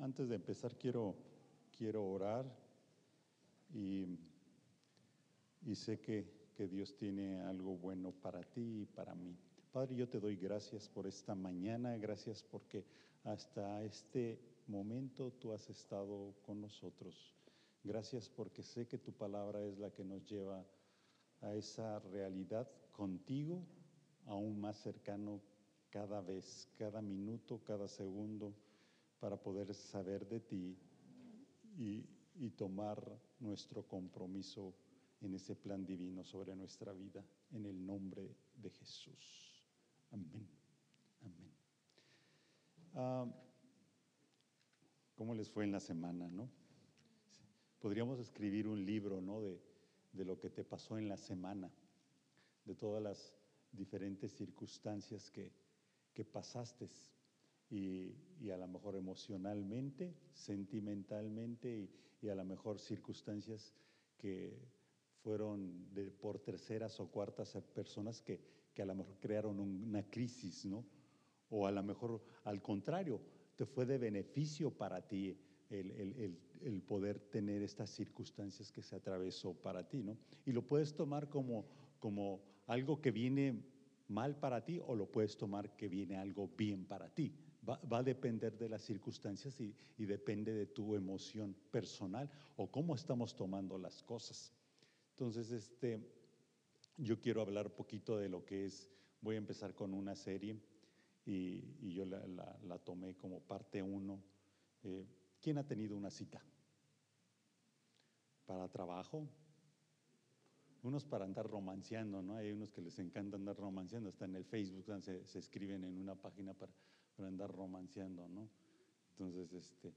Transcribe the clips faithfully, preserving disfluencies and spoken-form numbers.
antes de empezar quiero, quiero orar y, y sé que, que Dios tiene algo bueno para ti y para mí. Padre, yo te doy gracias por esta mañana, gracias porque hasta este momento tú has estado con nosotros. Gracias porque sé que tu palabra es la que nos lleva a esa realidad contigo, aún más cercano cada vez, cada minuto, cada segundo, para poder saber de ti y, y tomar nuestro compromiso en ese plan divino sobre nuestra vida, en el nombre de Jesús. Amén. Amén. Uh, ¿Cómo les fue en la semana, no? Podríamos escribir un libro, ¿no? De, de lo que te pasó en la semana, de todas las diferentes circunstancias que, que pasaste y, y a lo mejor emocionalmente, sentimentalmente y, y a lo mejor circunstancias que fueron de, por terceras o cuartas personas que, que a lo mejor crearon una crisis, ¿no? O a lo mejor al contrario, te fue de beneficio para ti el, el, el, el poder tener estas circunstancias que se atravesó para ti, ¿no? Y lo puedes tomar como, como algo que viene mal para ti o lo puedes tomar que viene algo bien para ti. Va, va a depender de las circunstancias y, y depende de tu emoción personal o cómo estamos tomando las cosas. Entonces, este, yo quiero hablar un poquito de lo que es, voy a empezar con una serie y, y yo la, la, la tomé como parte uno. Eh, ¿Quién ha tenido una cita? ¿Para trabajo? Unos para andar romanceando, ¿no? Hay unos que les encanta andar romanceando, hasta en el Facebook se, se escriben en una página para, para andar romanceando, ¿no? Entonces, este,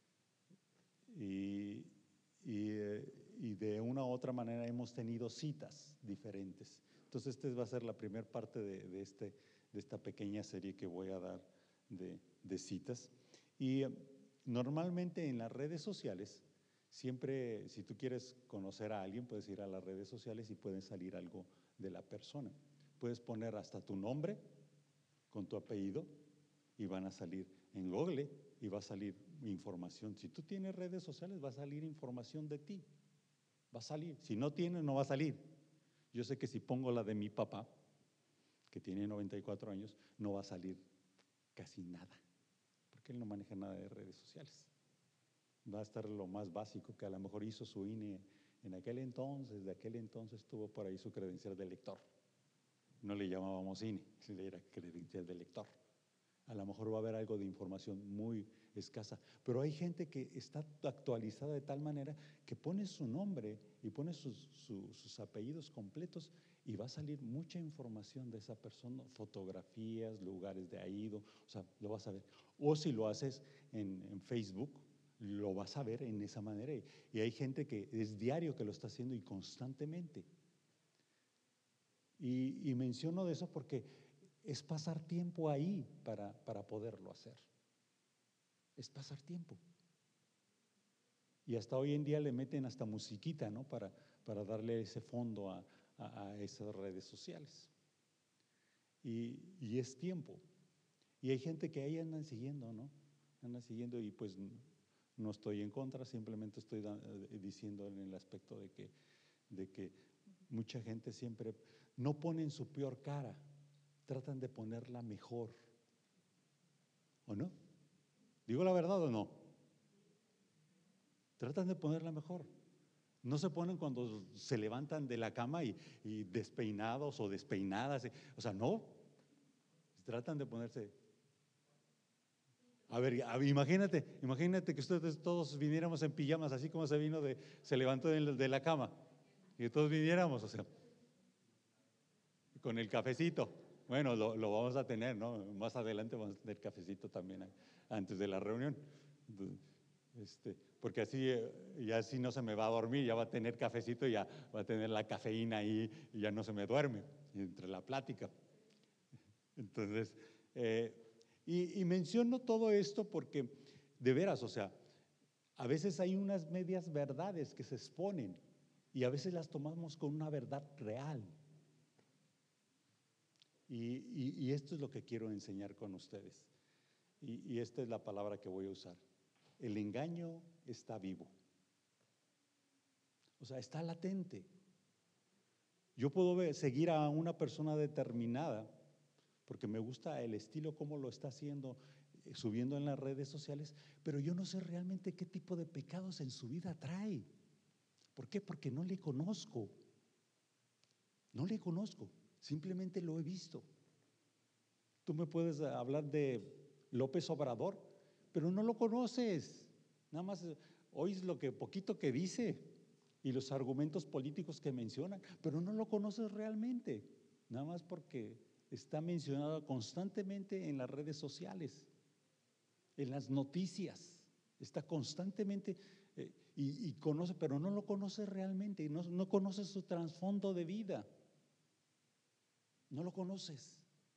y, y, y de una u otra manera hemos tenido citas diferentes. Entonces, esta va a ser la primera parte de, de, este, de esta pequeña serie que voy a dar de, de citas. Y normalmente en las redes sociales, siempre, si tú quieres conocer a alguien, puedes ir a las redes sociales y puede salir algo de la persona. Puedes poner hasta tu nombre con tu apellido y van a salir en Google y va a salir información. Si tú tienes redes sociales, va a salir información de ti. Va a salir. Si no tienes, no va a salir. Yo sé que si pongo la de mi papá, que tiene noventa y cuatro años, no va a salir casi nada, porque él no maneja nada de redes sociales. Va a estar lo más básico, que a lo mejor hizo su I N E en aquel entonces, de aquel entonces tuvo por ahí su credencial de lector. No le llamábamos I N E, le era credencial de lector. A lo mejor va a haber algo de información muy escasa, pero hay gente que está actualizada de tal manera que pone su nombre y pone sus, su, sus apellidos completos y va a salir mucha información de esa persona, fotografías, lugares de ahí ido, o sea, lo vas a ver. O si lo haces en, en Facebook, lo vas a ver en esa manera. Y, y hay gente que es diario que lo está haciendo y constantemente. Y, y menciono de eso porque es pasar tiempo ahí para, para poderlo hacer. Es pasar tiempo. Y hasta hoy en día le meten hasta musiquita, ¿no? Para, para darle ese fondo a, a, a esas redes sociales. Y, y es tiempo. Y hay gente que ahí andan siguiendo, ¿no? Andan siguiendo y pues no estoy en contra, simplemente estoy da, diciendo en el aspecto de que, de que mucha gente siempre no ponen su peor cara, tratan de ponerla mejor. ¿O no? ¿Digo la verdad o no? Tratan de ponerla mejor. No se ponen cuando se levantan de la cama y, y despeinados o despeinadas. O sea, no. Tratan de ponerse. A ver, a ver, imagínate, imagínate que ustedes todos viniéramos en pijamas, así como se vino de, se levantó de, de la cama. Y todos viniéramos, o sea, con el cafecito. Bueno, lo, lo vamos a tener, ¿no? Más adelante vamos a tener cafecito también antes de la reunión. Este, porque así, ya así no se me va a dormir, ya va a tener cafecito y ya va a tener la cafeína ahí y ya no se me duerme entre la plática. Entonces, eh, y, y menciono todo esto porque, de veras, o sea, a veces hay unas medias verdades que se exponen y a veces las tomamos con una verdad real. Y, y, y esto es lo que quiero enseñar con ustedes. Y, y esta es la palabra que voy a usar. el engaño está vivo. O sea, está latente. Yo puedo ver, seguir a una persona determinada porque me gusta el estilo, cómo lo está haciendo, eh, subiendo en las redes sociales, pero yo no sé realmente qué tipo de pecados en su vida trae. ¿Por qué? Porque no le conozco. No le conozco, simplemente lo he visto. Tú me puedes hablar de López Obrador, pero no lo conoces. Nada más oís lo que poquito que dice y los argumentos políticos que mencionan, pero no lo conoces realmente. Nada más porque está mencionado constantemente en las redes sociales, en las noticias. Está constantemente eh, y, y conoce, pero no lo conoces realmente. No, no conoces su trasfondo de vida. No lo conoces.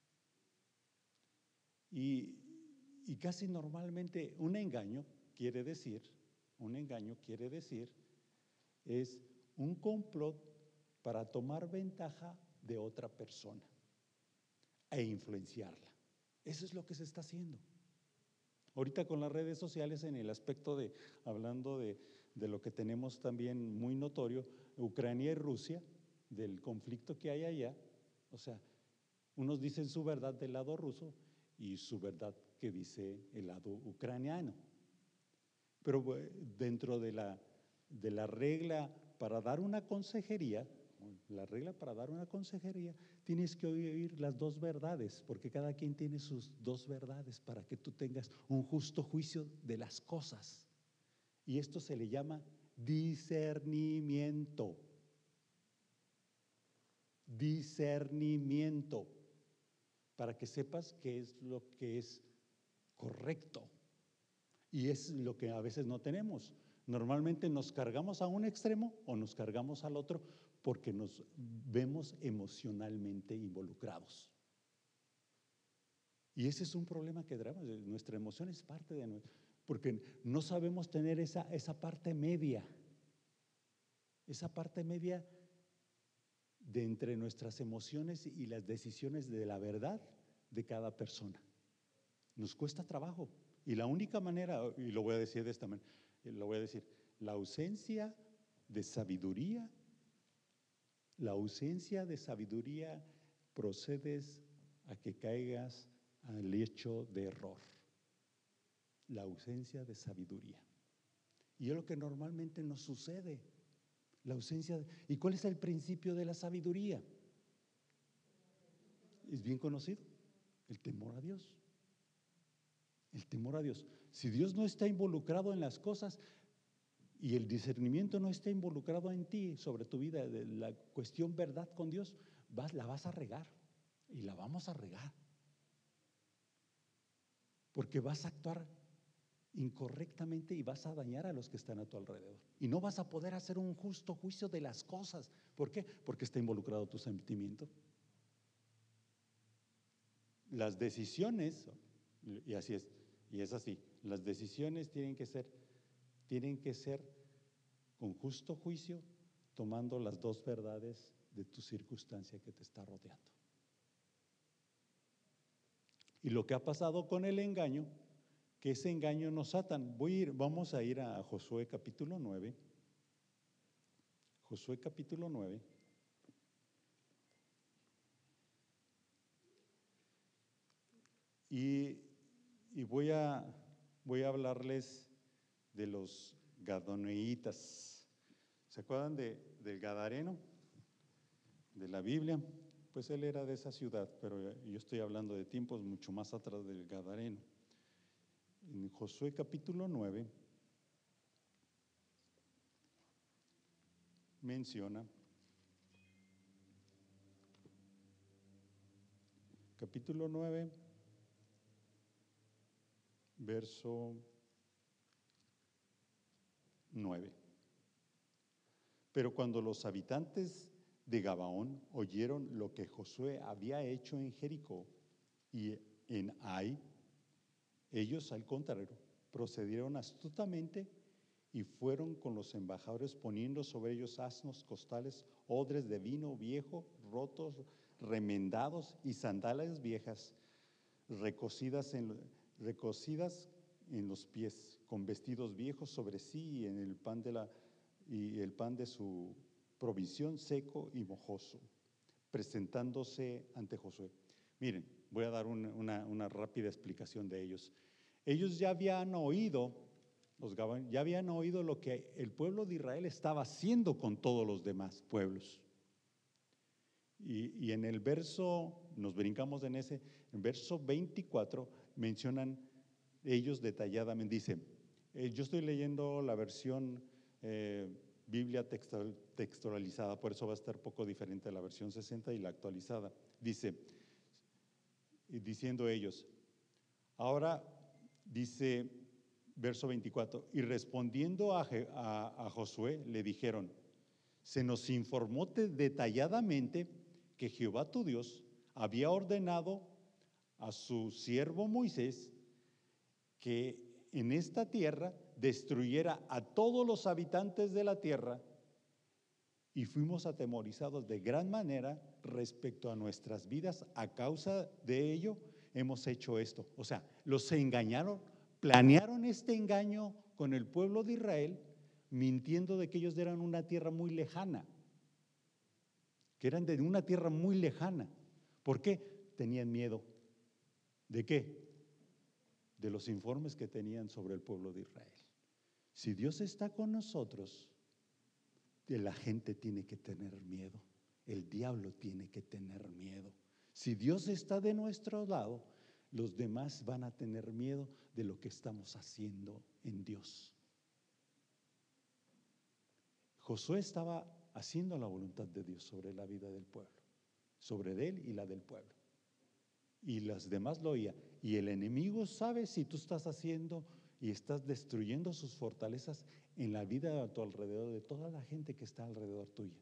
Y, y casi normalmente un engaño quiere decir, un engaño quiere decir, es un complot para tomar ventaja de otra persona e influenciarla. Eso es lo que se está haciendo. Ahorita con las redes sociales, en el aspecto de, hablando de, de lo que tenemos también muy notorio, Ucrania y Rusia, del conflicto que hay allá, o sea, unos dicen su verdad del lado ruso y su verdad que dice el lado ucraniano. Pero dentro de la, de la regla para dar una consejería, la regla para dar una consejería, tienes que oír las dos verdades, porque cada quien tiene sus dos verdades para que tú tengas un justo juicio de las cosas. Y esto se le llama discernimiento. Discernimiento. Para que sepas qué es lo que es correcto. Y es lo que a veces no tenemos. Normalmente nos cargamos a un extremo o nos cargamos al otro porque nos vemos emocionalmente involucrados. Y ese es un problema que tenemos. Nuestra emoción es parte de nuestro, porque no sabemos tener esa, esa parte media, esa parte media de entre nuestras emociones y las decisiones de la verdad de cada persona. Nos cuesta trabajo. Y la única manera, y lo voy a decir de esta manera, lo voy a decir, la ausencia de sabiduría, la ausencia de sabiduría procedes a que caigas al hecho de error. La ausencia de sabiduría. Y es lo que normalmente nos sucede. La ausencia de, ¿y cuál es el principio de la sabiduría? Es bien conocido, el temor a Dios. El temor a Dios. Si Dios no está involucrado en las cosas y el discernimiento no está involucrado en ti, sobre tu vida, de la cuestión verdad con Dios, vas, la vas a regar y la vamos a regar. Porque vas a actuar incorrectamente y vas a dañar a los que están a tu alrededor. Y no vas a poder hacer un justo juicio de las cosas. ¿Por qué? Porque está involucrado tu sentimiento. Las decisiones, y así es, y es así, las decisiones tienen que ser, tienen que ser con justo juicio, tomando las dos verdades de tu circunstancia que te está rodeando. Y lo que ha pasado con el engaño, que ese engaño nos atan. Voy a ir, vamos a ir a Josué capítulo nueve. Josué capítulo nueve. Y, y voy, a, voy a hablarles de los gadoneítas. ¿Se acuerdan de, del Gadareno? De la Biblia. Pues él era de esa ciudad, pero yo estoy hablando de tiempos mucho más atrás del Gadareno. En Josué capítulo nueve menciona, capítulo nueve, verso nueve. Pero cuando los habitantes de Gabaón oyeron lo que Josué había hecho en Jericó y en Ai, ellos, al contrario, procedieron astutamente y fueron con los embajadores poniendo sobre ellos asnos, costales, odres de vino viejo, rotos, remendados y sandalias viejas, recocidas en, recocidas en los pies, con vestidos viejos sobre sí y en el pan de la y el pan de su provisión seco y mojoso, presentándose ante Josué. Miren, voy a dar una, una, una rápida explicación de ellos. Ellos ya habían oído, los Gabaonitas, ya habían oído lo que el pueblo de Israel estaba haciendo con todos los demás pueblos. Y, y en el verso, nos brincamos en ese, en verso veinticuatro, mencionan ellos detalladamente, dice, eh, yo estoy leyendo la versión eh, Biblia textual, textualizada, por eso va a estar poco diferente a la versión sesenta y la actualizada. Dice, diciendo ellos, ahora dice, verso veinticuatro, y respondiendo a, a, a Josué, le dijeron, se nos informó detalladamente que Jehová tu Dios había ordenado a su siervo Moisés que en esta tierra destruyera a todos los habitantes de la tierra, y fuimos atemorizados de gran manera respecto a nuestras vidas. A causa de ello hemos hecho esto. O sea, los engañaron, planearon este engaño con el pueblo de Israel, mintiendo de que ellos eran una tierra muy lejana, que eran de una tierra muy lejana. ¿Por qué? Tenían miedo. ¿De qué? De los informes que tenían sobre el pueblo de Israel. Si Dios está con nosotros, la gente tiene que tener miedo, el diablo tiene que tener miedo. Si Dios está de nuestro lado, los demás van a tener miedo de lo que estamos haciendo en Dios. Josué estaba haciendo la voluntad de Dios sobre la vida del pueblo, sobre de él y la del pueblo. Y las demás lo oían. Y el enemigo sabe si tú estás haciendo y estás destruyendo sus fortalezas en la vida a tu alrededor, de toda la gente que está alrededor tuya.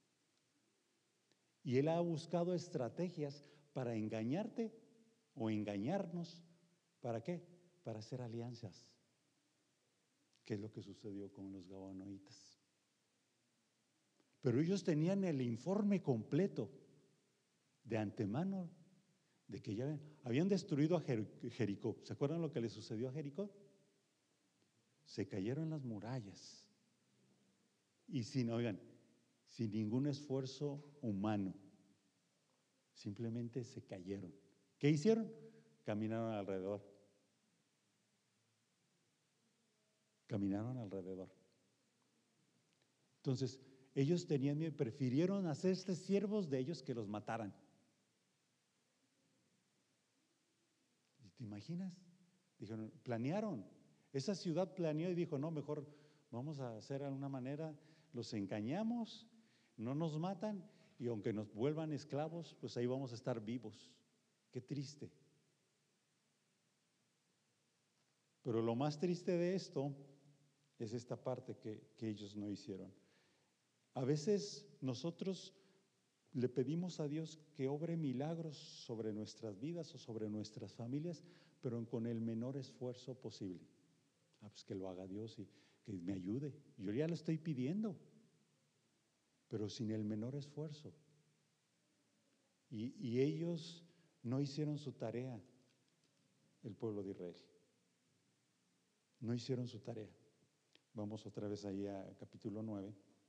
Y él ha buscado estrategias para engañarte o engañarnos. ¿Para qué? Para hacer alianzas. ¿Qué es lo que sucedió con los gabaonitas? Pero ellos tenían el informe completo de antemano de que ya habían destruido a Jericó. ¿Se acuerdan lo que le sucedió a Jericó? Se cayeron las murallas y sin, oigan, sin ningún esfuerzo humano, simplemente se cayeron. ¿Qué hicieron? Caminaron alrededor. Caminaron alrededor. Entonces, ellos tenían miedo, prefirieron hacerse siervos de ellos que los mataran. ¿Te imaginas? Dijeron, planearon. Esa ciudad planeó y dijo, no, mejor vamos a hacer de alguna manera, los engañamos, no nos matan y aunque nos vuelvan esclavos, pues ahí vamos a estar vivos. Qué triste. Pero lo más triste de esto es esta parte que, que ellos no hicieron. A veces nosotros le pedimos a Dios que obre milagros sobre nuestras vidas o sobre nuestras familias, pero con el menor esfuerzo posible. Ah, pues que lo haga Dios y que me ayude. Yo ya lo estoy pidiendo, pero sin el menor esfuerzo. Y, y ellos no hicieron su tarea, el pueblo de Israel. No hicieron su tarea. Vamos otra vez ahí a capítulo nueve.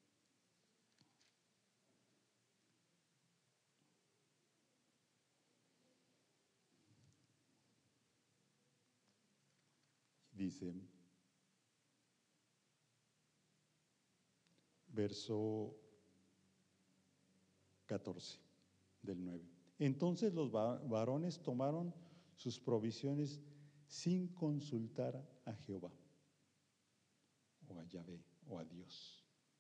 Dice, verso catorce del nueve. Entonces los varones tomaron sus provisiones sin consultar a Jehová, o a Yahvé, o a Dios.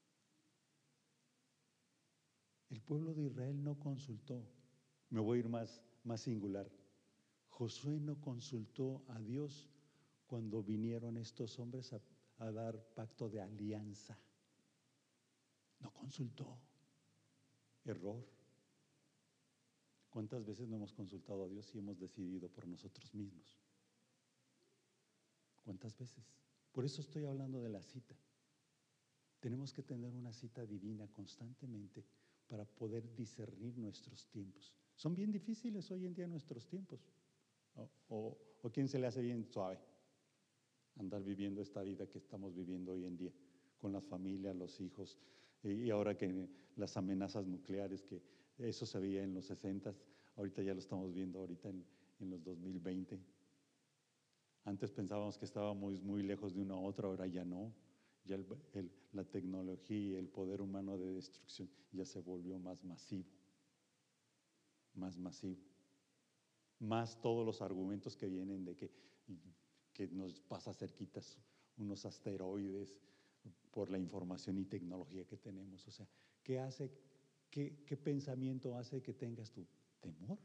El pueblo de Israel no consultó. Me voy a ir más, más singular. Josué no consultó a Dios cuando vinieron estos hombres a, a dar pacto de alianza. No consultó. Error. ¿Cuántas veces no hemos consultado a Dios y hemos decidido por nosotros mismos? ¿Cuántas veces? Por eso estoy hablando de la cita. Tenemos que tener una cita divina constantemente para poder discernir nuestros tiempos. Son bien difíciles hoy en día nuestros tiempos. ¿O, o, o quién se le hace bien suave? andar viviendo esta vida que estamos viviendo hoy en día, con las familias, los hijos, y ahora que las amenazas nucleares, que eso se veía en los sesentas, ahorita ya lo estamos viendo ahorita en, en los dos mil veinte. Antes pensábamos que estábamos muy lejos de una a otra, ahora ya no. Ya el, el, la tecnología y el poder humano de destrucción ya se volvió más masivo, más masivo. Más todos los argumentos que vienen de que, que nos pasa cerquitas unos asteroides por la información y tecnología que tenemos. O sea, ¿qué hace, qué, qué pensamiento hace que tengas tu temor?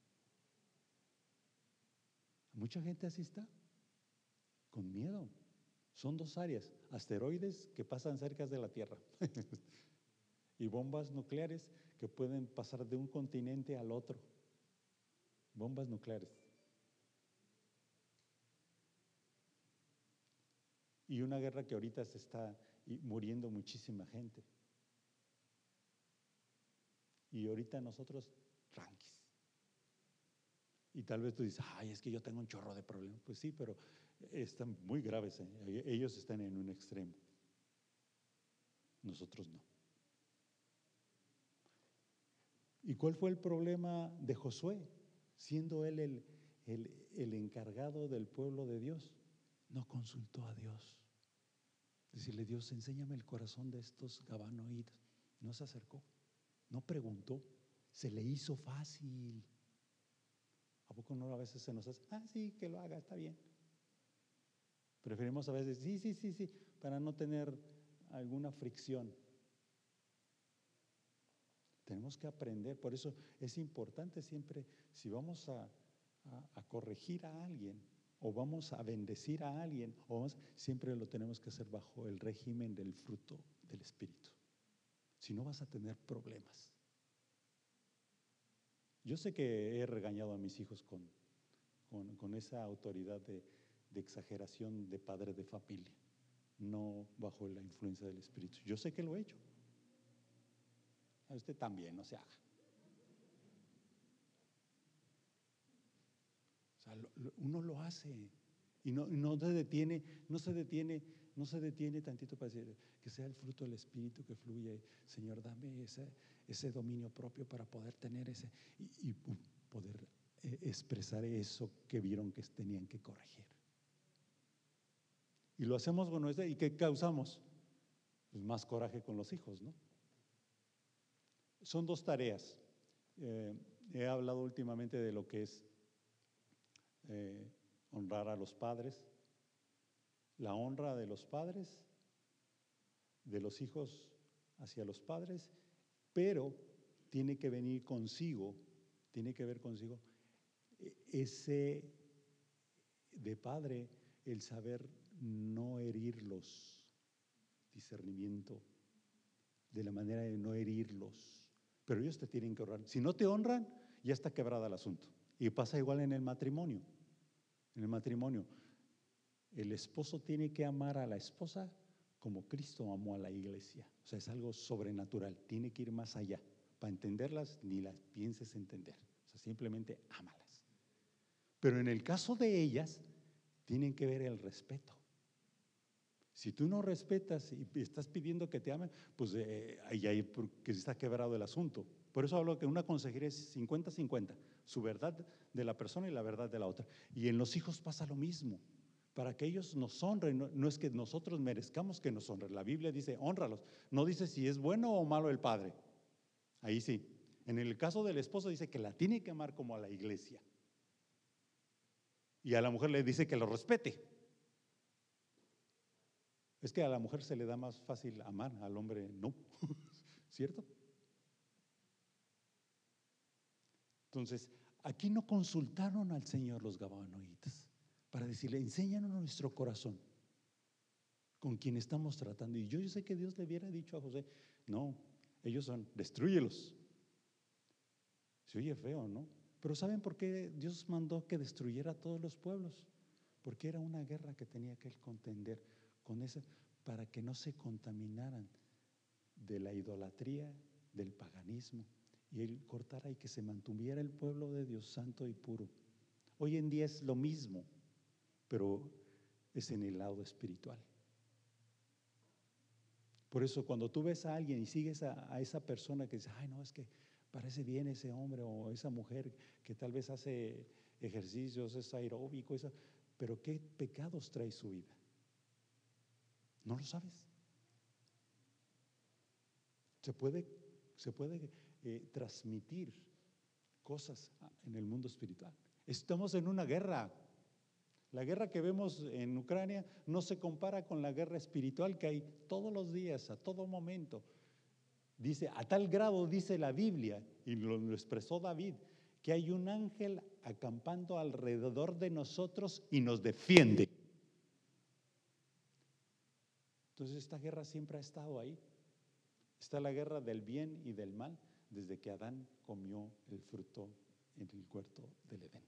Mucha gente así está, con miedo. Son dos áreas: asteroides que pasan cerca de la Tierra y bombas nucleares que pueden pasar de un continente al otro. Bombas nucleares. Y una guerra que ahorita se está muriendo muchísima gente. Y ahorita nosotros, tranquis. Y tal vez tú dices, ay, es que yo tengo un chorro de problemas. Pues sí, pero están muy graves, ¿eh? Ellos están en un extremo. Nosotros no. ¿Y cuál fue el problema de Josué? Siendo él el, el, el encargado del pueblo de Dios, no consultó a Dios. Decirle, Dios, enséñame el corazón de estos gabaonitas. No se acercó, no preguntó, se le hizo fácil. ¿A poco no a veces se nos hace, ah, sí, que lo haga, está bien? Preferimos a veces, sí, sí, sí, sí, para no tener alguna fricción. Tenemos que aprender, por eso es importante siempre, si vamos a, a, a corregir a alguien, o vamos a bendecir a alguien, o vamos, siempre lo tenemos que hacer bajo el régimen del fruto del Espíritu. Si no, vas a tener problemas. Yo sé que he regañado a mis hijos con, con, con esa autoridad de, de exageración de padre de familia, no bajo la influencia del Espíritu. Yo sé que lo he hecho. A usted también, no se haga. O sea, lo, lo, uno lo hace y no, no se detiene, no se detiene, no se detiene tantito para decir que sea el fruto del Espíritu que fluye. Señor, dame ese, ese dominio propio para poder tener ese y, y poder eh, expresar eso que vieron que tenían que corregir. Y lo hacemos con nuestra, ¿y qué causamos? Pues más coraje con los hijos, ¿no? Son dos tareas. Eh, he hablado últimamente de lo que es eh, honrar a los padres, la honra de los padres, de los hijos hacia los padres, pero tiene que venir consigo, tiene que ver consigo ese de padre, el saber no herirlos, discernimiento de la manera de no herirlos, pero ellos te tienen que honrar. Si no te honran, ya está quebrado el asunto. Y pasa igual en el matrimonio. En el matrimonio, el esposo tiene que amar a la esposa como Cristo amó a la iglesia. O sea, es algo sobrenatural, tiene que ir más allá. Para entenderlas, ni las pienses entender. O sea, simplemente ámalas. Pero en el caso de ellas, tienen que ver el respeto. Si tú no respetas y estás pidiendo que te amen, pues eh, ahí hay que está quebrado el asunto. Por eso hablo que una consejería es cincuenta cincuenta, su verdad de la persona y la verdad de la otra. Y en los hijos pasa lo mismo. Para que ellos nos honren, no, no es que nosotros merezcamos que nos honren. La Biblia dice, hónralos. No dice si es bueno o malo el padre. Ahí sí. En el caso del esposo dice que la tiene que amar como a la iglesia. Y a la mujer le dice que lo respete. Es que a la mujer se le da más fácil amar, al hombre no, ¿cierto? Entonces, aquí no consultaron al Señor los gabaonitas para decirle, enséñanos nuestro corazón con quien estamos tratando. Y yo, yo sé que Dios le hubiera dicho a José, no, ellos son, destrúyelos. Se oye feo, ¿no? Pero ¿saben por qué Dios mandó que destruyera a todos los pueblos? Porque era una guerra que tenía que él contender con esa, para que no se contaminaran de la idolatría, del paganismo, y él cortara y que se mantuviera el pueblo de Dios santo y puro. Hoy en día es lo mismo, pero es en el lado espiritual. Por eso cuando tú ves a alguien y sigues a, a esa persona que dice, ay no, es que parece bien ese hombre o esa mujer que tal vez hace ejercicios, es aeróbico, esa, pero ¿qué pecados trae su vida? ¿No lo sabes? Se puede, se puede eh, transmitir cosas en el mundo espiritual. Estamos en una guerra. La guerra que vemos en Ucrania no se compara con la guerra espiritual que hay todos los días, a todo momento. Dice, a tal grado dice la Biblia, y lo, lo expresó David, que hay un ángel acampando alrededor de nosotros y nos defiende. Entonces esta guerra siempre ha estado ahí. Está la guerra del bien y del mal desde que Adán comió el fruto en el huerto del Edén.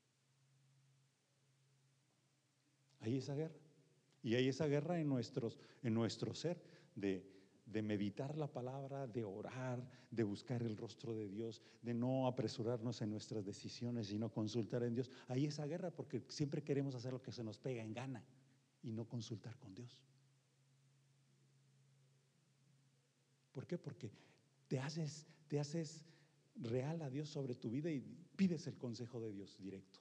Hay esa guerra. Y hay esa guerra en, nuestros, en nuestro ser de, de meditar la palabra, de orar, de buscar el rostro de Dios, de no apresurarnos en nuestras decisiones, sino consultar en Dios. Hay esa guerra porque siempre queremos hacer lo que se nos pega en gana y no consultar con Dios. ¿Por qué? Porque te haces, te haces real a Dios sobre tu vida y pides el consejo de Dios directo.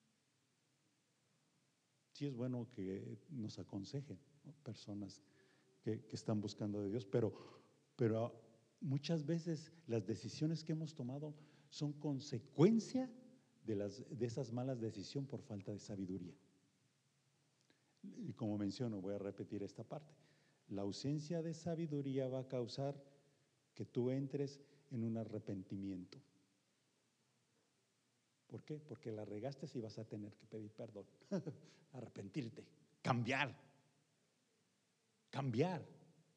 Sí es bueno que nos aconsejen, ¿no? Personas que, que están buscando de Dios, pero, pero muchas veces las decisiones que hemos tomado son consecuencia de, las, de esas malas decisiones por falta de sabiduría. Y como menciono, voy a repetir esta parte. La ausencia de sabiduría va a causar que tú entres en un arrepentimiento. ¿Por qué? Porque la regaste y vas a tener que pedir perdón, arrepentirte, cambiar, cambiar.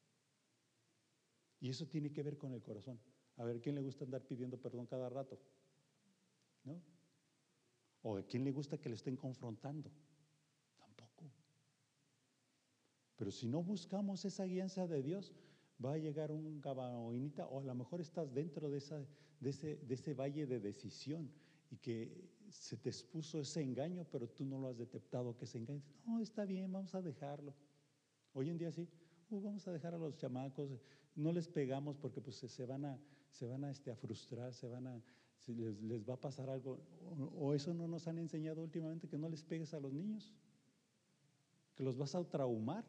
Y eso tiene que ver con el corazón. A ver, ¿quién le gusta andar pidiendo perdón cada rato? ¿No? ¿O a quién le gusta que le estén confrontando? Tampoco. Pero si no buscamos esa guianza de Dios, va a llegar un gabaonita, o a lo mejor estás dentro de, esa, de, ese, de ese valle de decisión y que se te expuso ese engaño, pero tú no lo has detectado que ese engaño. No, está bien, vamos a dejarlo. Hoy en día sí, uh, vamos a dejar a los chamacos, no les pegamos porque pues se, se van a, se van a, este, a frustrar, se van a, se les, les va a pasar algo. O, o eso no nos han enseñado últimamente, que no les pegues a los niños, que los vas a traumar.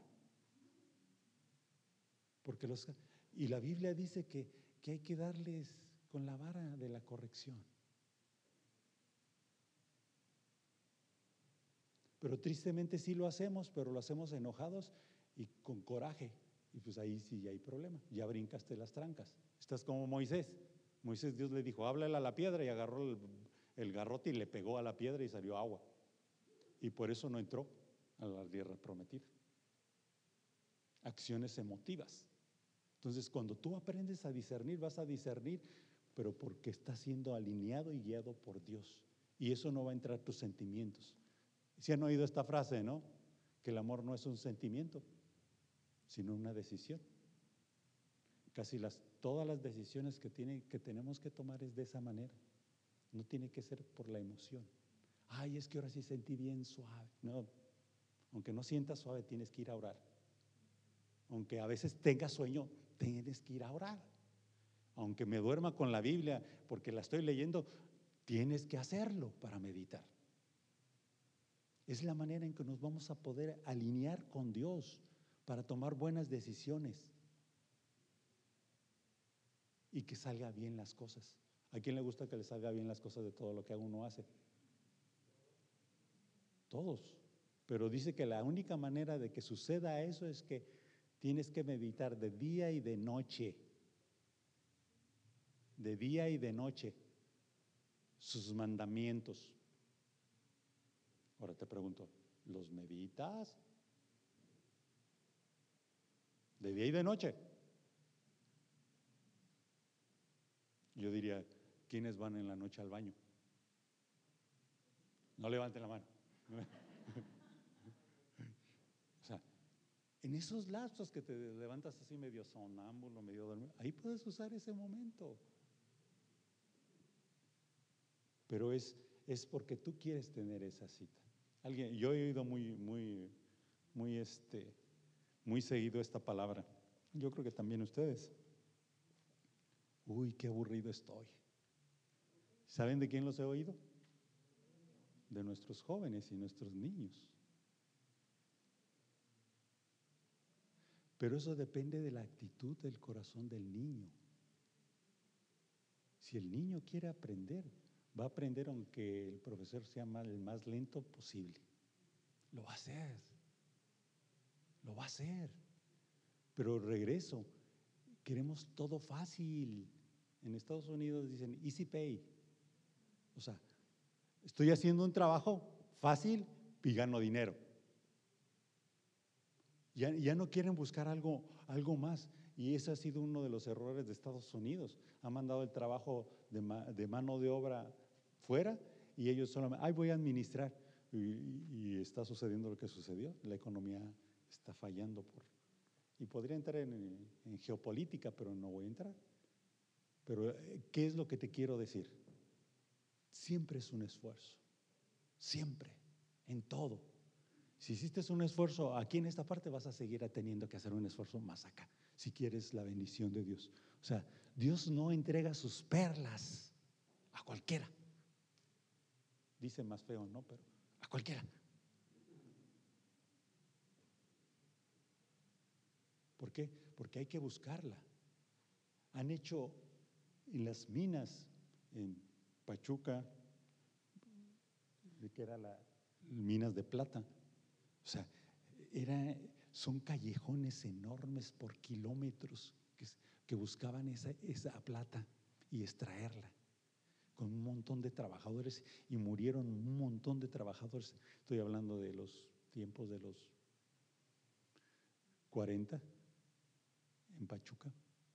Porque los, y la Biblia dice que, que hay que darles con la vara de la corrección. Pero tristemente sí lo hacemos, pero lo hacemos enojados y con coraje. Y pues ahí sí hay problema, ya brincaste las trancas. Estás como Moisés. Moisés, Dios le dijo, háblale a la piedra, y agarró el, el garrote y le pegó a la piedra y salió agua. Y por eso no entró a la tierra prometida. Acciones emotivas. Entonces, cuando tú aprendes a discernir, vas a discernir, pero porque estás siendo alineado y guiado por Dios. Y eso no va a entrar tus sentimientos. Si han oído esta frase, ¿no? Que el amor no es un sentimiento, sino una decisión. Casi las, todas las decisiones que, tiene, que tenemos que tomar es de esa manera. No tiene que ser por la emoción. Ay, es que ahora sí sentí bien suave. No, aunque no sientas suave, tienes que ir a orar. Aunque a veces tengas sueño, tienes que ir a orar. Aunque me duerma con la Biblia porque la estoy leyendo, tienes que hacerlo para meditar. Es la manera en que nos vamos a poder alinear con Dios para tomar buenas decisiones y que salga bien las cosas. ¿A quién le gusta que le salga bien las cosas de todo lo que uno hace? Todos. Pero dice que la única manera de que suceda eso es que tienes que meditar de día y de noche. De día y de noche. Sus mandamientos. Ahora te pregunto, ¿los meditas? ¿De día y de noche? Yo diría, ¿quiénes van en la noche al baño? No levanten la mano. O sea, en esos lapsos que te levantas así medio sonámbulo, medio dormido, ahí puedes usar ese momento. Pero es, es porque tú quieres tener esa cita. Alguien, yo he oído muy, muy, muy, este, muy seguido esta palabra. Yo creo que también ustedes. Uy, qué aburrido estoy. ¿Saben de quién los he oído? De nuestros jóvenes y nuestros niños. Pero eso depende de la actitud del corazón del niño. Si el niño quiere aprender, va a aprender aunque el profesor sea el más lento posible. Lo va a hacer. Lo va a hacer. Pero regreso, queremos todo fácil. En Estados Unidos dicen easy pay. O sea, estoy haciendo un trabajo fácil y gano dinero. Ya, ya no quieren buscar algo, algo más. Y ese ha sido uno de los errores de Estados Unidos. Han mandado el trabajo de, ma, de mano de obra fuera y ellos solamente, ay, voy a administrar. Y, y está sucediendo lo que sucedió. La economía está fallando. Por, y podría entrar en, en geopolítica, pero no voy a entrar. Pero, ¿qué es lo que te quiero decir? Siempre es un esfuerzo. Siempre. En todo. Si hiciste un esfuerzo aquí en esta parte, vas a seguir teniendo que hacer un esfuerzo más acá, si quieres la bendición de Dios. O sea, Dios no entrega sus perlas a cualquiera. Dice más feo, ¿no? Pero a cualquiera. ¿Por qué? Porque hay que buscarla. Han hecho en las minas, en Pachuca, que era la minas de plata. O sea, era, son callejones enormes por kilómetros que, que buscaban esa, esa plata y extraerla, con un montón de trabajadores, y murieron un montón de trabajadores. Estoy hablando de los tiempos de los cuarenta en Pachuca,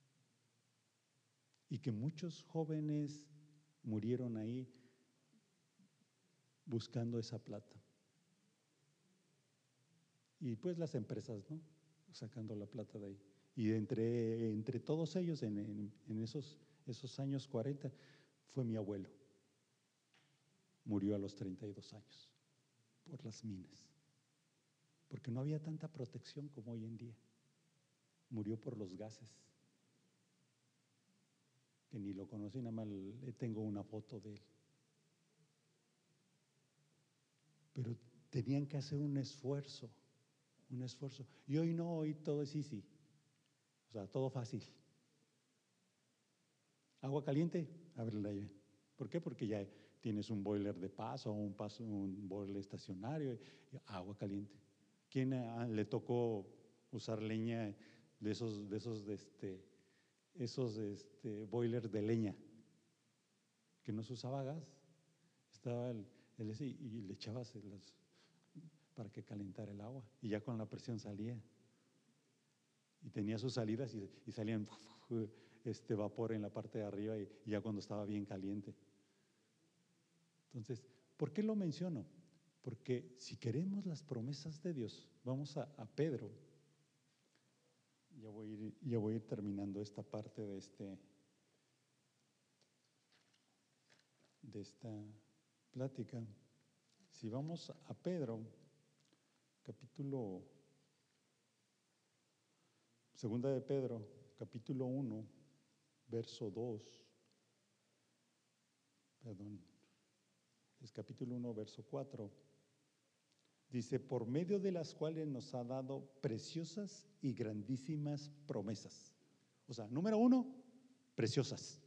y que muchos jóvenes murieron ahí buscando esa plata. Y pues las empresas, ¿no? Sacando la plata de ahí. Y entre, entre todos ellos, en, en, en esos, esos años cuarenta, fue mi abuelo. Murió a los treinta y dos años por las minas. Porque no había tanta protección como hoy en día. Murió por los gases. Que ni lo conocí, nada más tengo una foto de él. Pero tenían que hacer un esfuerzo. Un esfuerzo. Y hoy no, hoy todo es easy. O sea, todo fácil. Agua caliente, ábrele la llave. ¿Por qué? Porque ya tienes un boiler de paso, un, paso, un boiler estacionario, agua caliente. ¿Quién ah, le tocó usar leña de esos, de esos, de este, esos este, boilers de leña? Que no se usaba gas. Estaba el, el ese, y le echabas las, para que calentara el agua, y ya con la presión salía. Y tenía sus salidas y, y salían este vapor en la parte de arriba, y, y ya cuando estaba bien caliente. Entonces, ¿por qué lo menciono? Porque si queremos las promesas de Dios, vamos a, a Pedro. Ya voy, a ir, ya voy a ir terminando esta parte de, este, de esta plática. Si vamos a Pedro, capítulo, segunda de Pedro, capítulo uno, verso dos, perdón, es capítulo uno, verso cuatro. Dice, por medio de las cuales nos ha dado preciosas y grandísimas promesas. O sea, número uno, preciosas.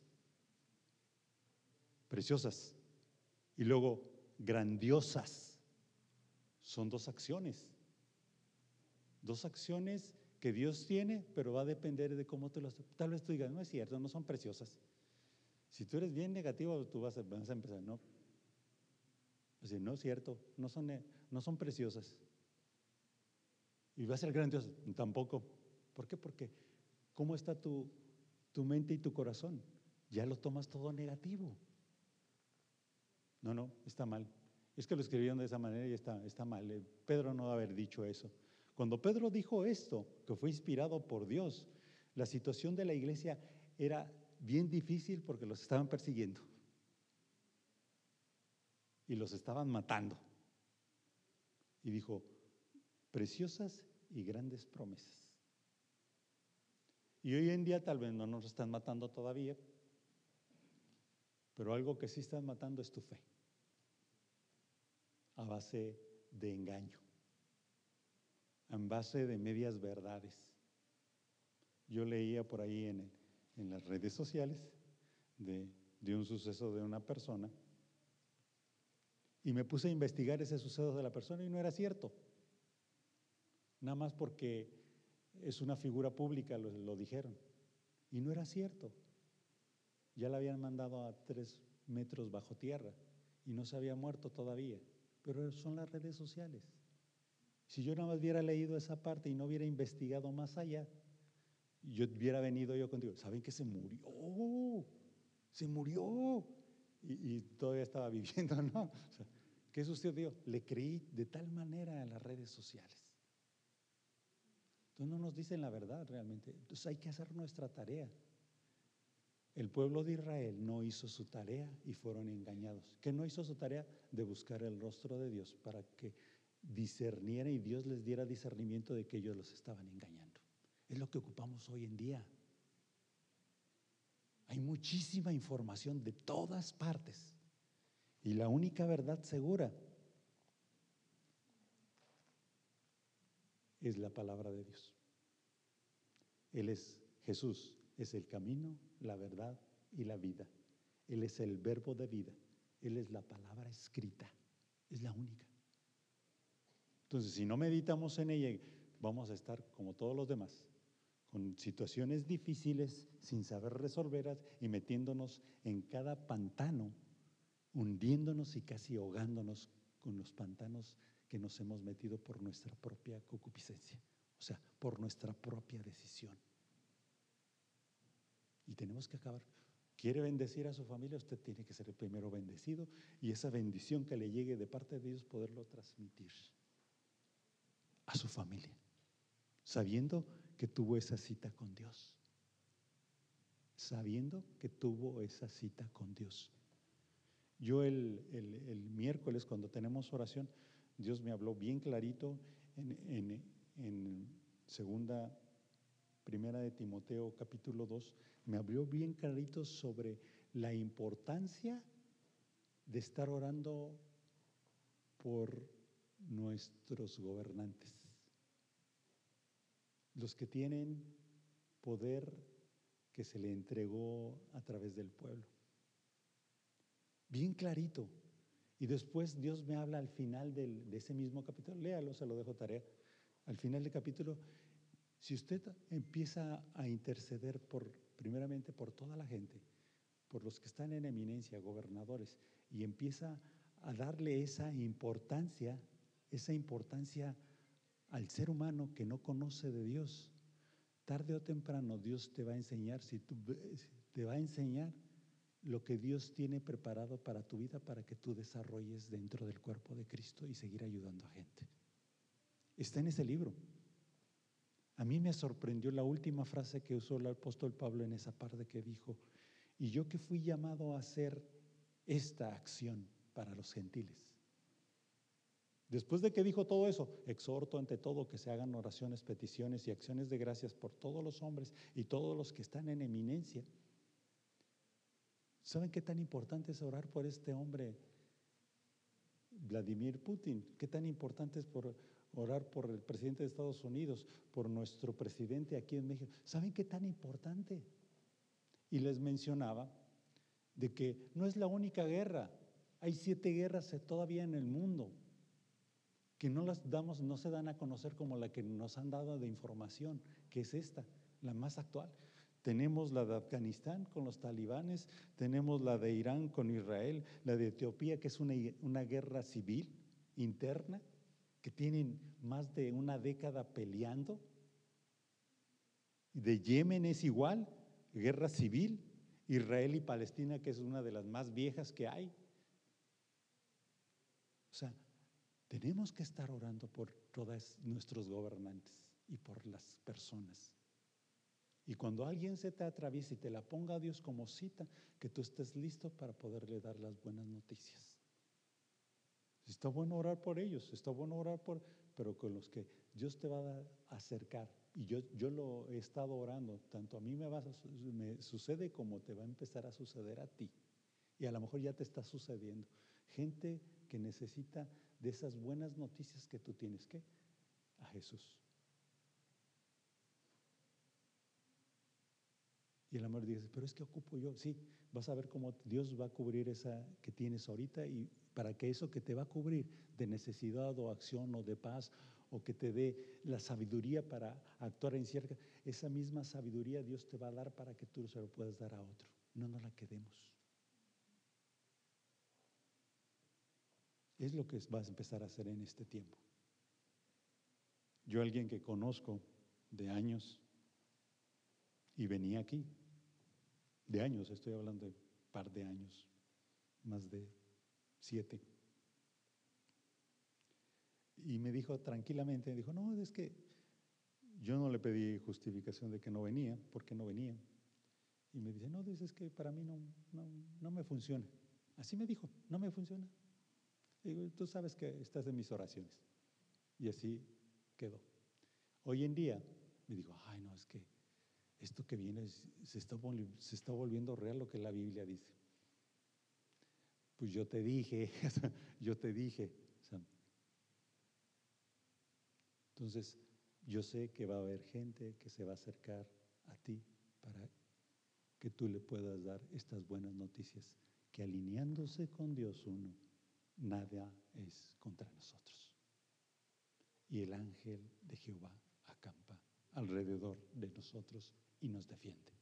Preciosas. Y luego, grandiosas. Son dos acciones. Dos acciones que Dios tiene, pero va a depender de cómo te las... Tal vez tú digas, no es cierto, no son preciosas. Si tú eres bien negativo, tú vas a, vas a empezar, no. Es decir, no es cierto, no son, no son preciosas. Y va a ser grandioso, tampoco. ¿Por qué? Porque ¿cómo está tu, tu mente y tu corazón? Ya lo tomas todo negativo. No, no, está mal. Es que lo escribieron de esa manera y está, está mal. Pedro no debe haber dicho eso. Cuando Pedro dijo esto, que fue inspirado por Dios, la situación de la iglesia era bien difícil porque los estaban persiguiendo y los estaban matando. Y dijo, preciosas y grandes promesas. Y hoy en día tal vez no nos están matando todavía, pero algo que sí están matando es tu fe, a base de engaño, en base de medias verdades. Yo leía por ahí en, en las redes sociales de, de un suceso de una persona y me puse a investigar ese suceso de la persona y no era cierto. Nada más porque es una figura pública, lo, lo dijeron. Y no era cierto. Ya la habían mandado a tres metros bajo tierra y no se había muerto todavía. Pero son las redes sociales. Si yo nada más hubiera leído esa parte y no hubiera investigado más allá, yo hubiera venido yo contigo. ¿Saben que se murió? Se murió. Y, y todavía estaba viviendo, ¿no? O sea, ¿qué sucedió? Le creí de tal manera a las redes sociales. Entonces no nos dicen la verdad realmente. Entonces hay que hacer nuestra tarea. El pueblo de Israel no hizo su tarea y fueron engañados. ¿Qué no hizo su tarea? De buscar el rostro de Dios para que discerniera y Dios les diera discernimiento de que ellos los estaban engañando. Es lo que ocupamos hoy en día. Hay muchísima información de todas partes y la única verdad segura es la palabra de Dios. Él es Jesús, es el camino, la verdad y la vida. Él es el verbo de vida. Él es la palabra escrita. Es la única. Entonces, si no meditamos en ella, vamos a estar como todos los demás, con situaciones difíciles, sin saber resolverlas y metiéndonos en cada pantano, hundiéndonos y casi ahogándonos con los pantanos que nos hemos metido por nuestra propia concupiscencia, o sea, por nuestra propia decisión. Y tenemos que acabar. ¿Quiere bendecir a su familia? Usted tiene que ser el primero bendecido y esa bendición que le llegue de parte de Dios poderlo transmitir a su familia, sabiendo que tuvo esa cita con Dios, sabiendo que tuvo esa cita con Dios. Yo el, el, el miércoles cuando tenemos oración, Dios me habló bien clarito en, en, en segunda, primera de Timoteo capítulo dos, me habló bien clarito sobre la importancia de estar orando por nuestros gobernantes, los que tienen poder que se le entregó a través del pueblo. Bien clarito. Y después Dios me habla al final del, de ese mismo capítulo, léalo, se lo dejo tarea. Al final del capítulo, si usted empieza a interceder por, primeramente por toda la gente, por los que están en eminencia, gobernadores, y empieza a darle esa importancia, esa importancia al ser humano que no conoce de Dios, tarde o temprano Dios te va a enseñar, si tú, te va a enseñar lo que Dios tiene preparado para tu vida para que tú desarrolles dentro del cuerpo de Cristo y seguir ayudando a gente. Está en ese libro. A mí me sorprendió la última frase que usó el apóstol Pablo en esa parte que dijo: y yo que fui llamado a hacer esta acción para los gentiles. Después de que dijo todo eso, exhorto ante todo que se hagan oraciones, peticiones y acciones de gracias por todos los hombres y todos los que están en eminencia. ¿Saben qué tan importante es orar por este hombre, Vladimir Putin? ¿Qué tan importante es por orar por el presidente de Estados Unidos, por nuestro presidente aquí en México? ¿Saben qué tan importante? Y les mencionaba de que no es la única guerra. Hay siete guerras todavía en el mundo que no las damos, no se dan a conocer como la que nos han dado de información, que es esta, la más actual. Tenemos la de Afganistán con los talibanes, tenemos la de Irán con Israel, la de Etiopía, que es una, una guerra civil interna, que tienen más de una década peleando. De Yemen es igual, guerra civil, Israel y Palestina, que es una de las más viejas que hay. O sea, tenemos que estar orando por todos nuestros gobernantes y por las personas. Y cuando alguien se te atraviesa y te la ponga a Dios como cita, que tú estés listo para poderle dar las buenas noticias. Está bueno orar por ellos, está bueno orar por, pero con los que Dios te va a acercar. Y yo, yo lo he estado orando, tanto a mí me, va a, me sucede como te va a empezar a suceder a ti. Y a lo mejor ya te está sucediendo. Gente que necesita de esas buenas noticias que tú tienes. ¿Qué? A Jesús. Y el amor dice, pero es que ocupo yo. Sí, vas a ver cómo Dios va a cubrir esa que tienes ahorita, y para que eso que te va a cubrir de necesidad o acción o de paz, o que te dé la sabiduría para actuar en cierta, esa misma sabiduría Dios te va a dar para que tú se lo puedas dar a otro. No nos la quedemos. Es lo que vas a empezar a hacer en este tiempo. Yo, alguien que conozco de años, y venía aquí, de años, estoy hablando de un par de años, más de siete. Y me dijo tranquilamente, me dijo, no, es que yo no le pedí justificación de que no venía, porque no venía. Y me dice, no, es que para mí no, no, no me funciona. Así me dijo, no me funciona. Y digo, tú sabes que estás en mis oraciones. Y así quedó. Hoy en día me dijo, ay, no, es que esto que viene se está, se está volviendo real lo que la Biblia dice. Pues yo te dije, yo te dije. O sea, entonces, yo sé que va a haber gente que se va a acercar a ti para que tú le puedas dar estas buenas noticias, que alineándose con Dios uno, nada es contra nosotros. Y el ángel de Jehová acampa alrededor de nosotros y nos defiende.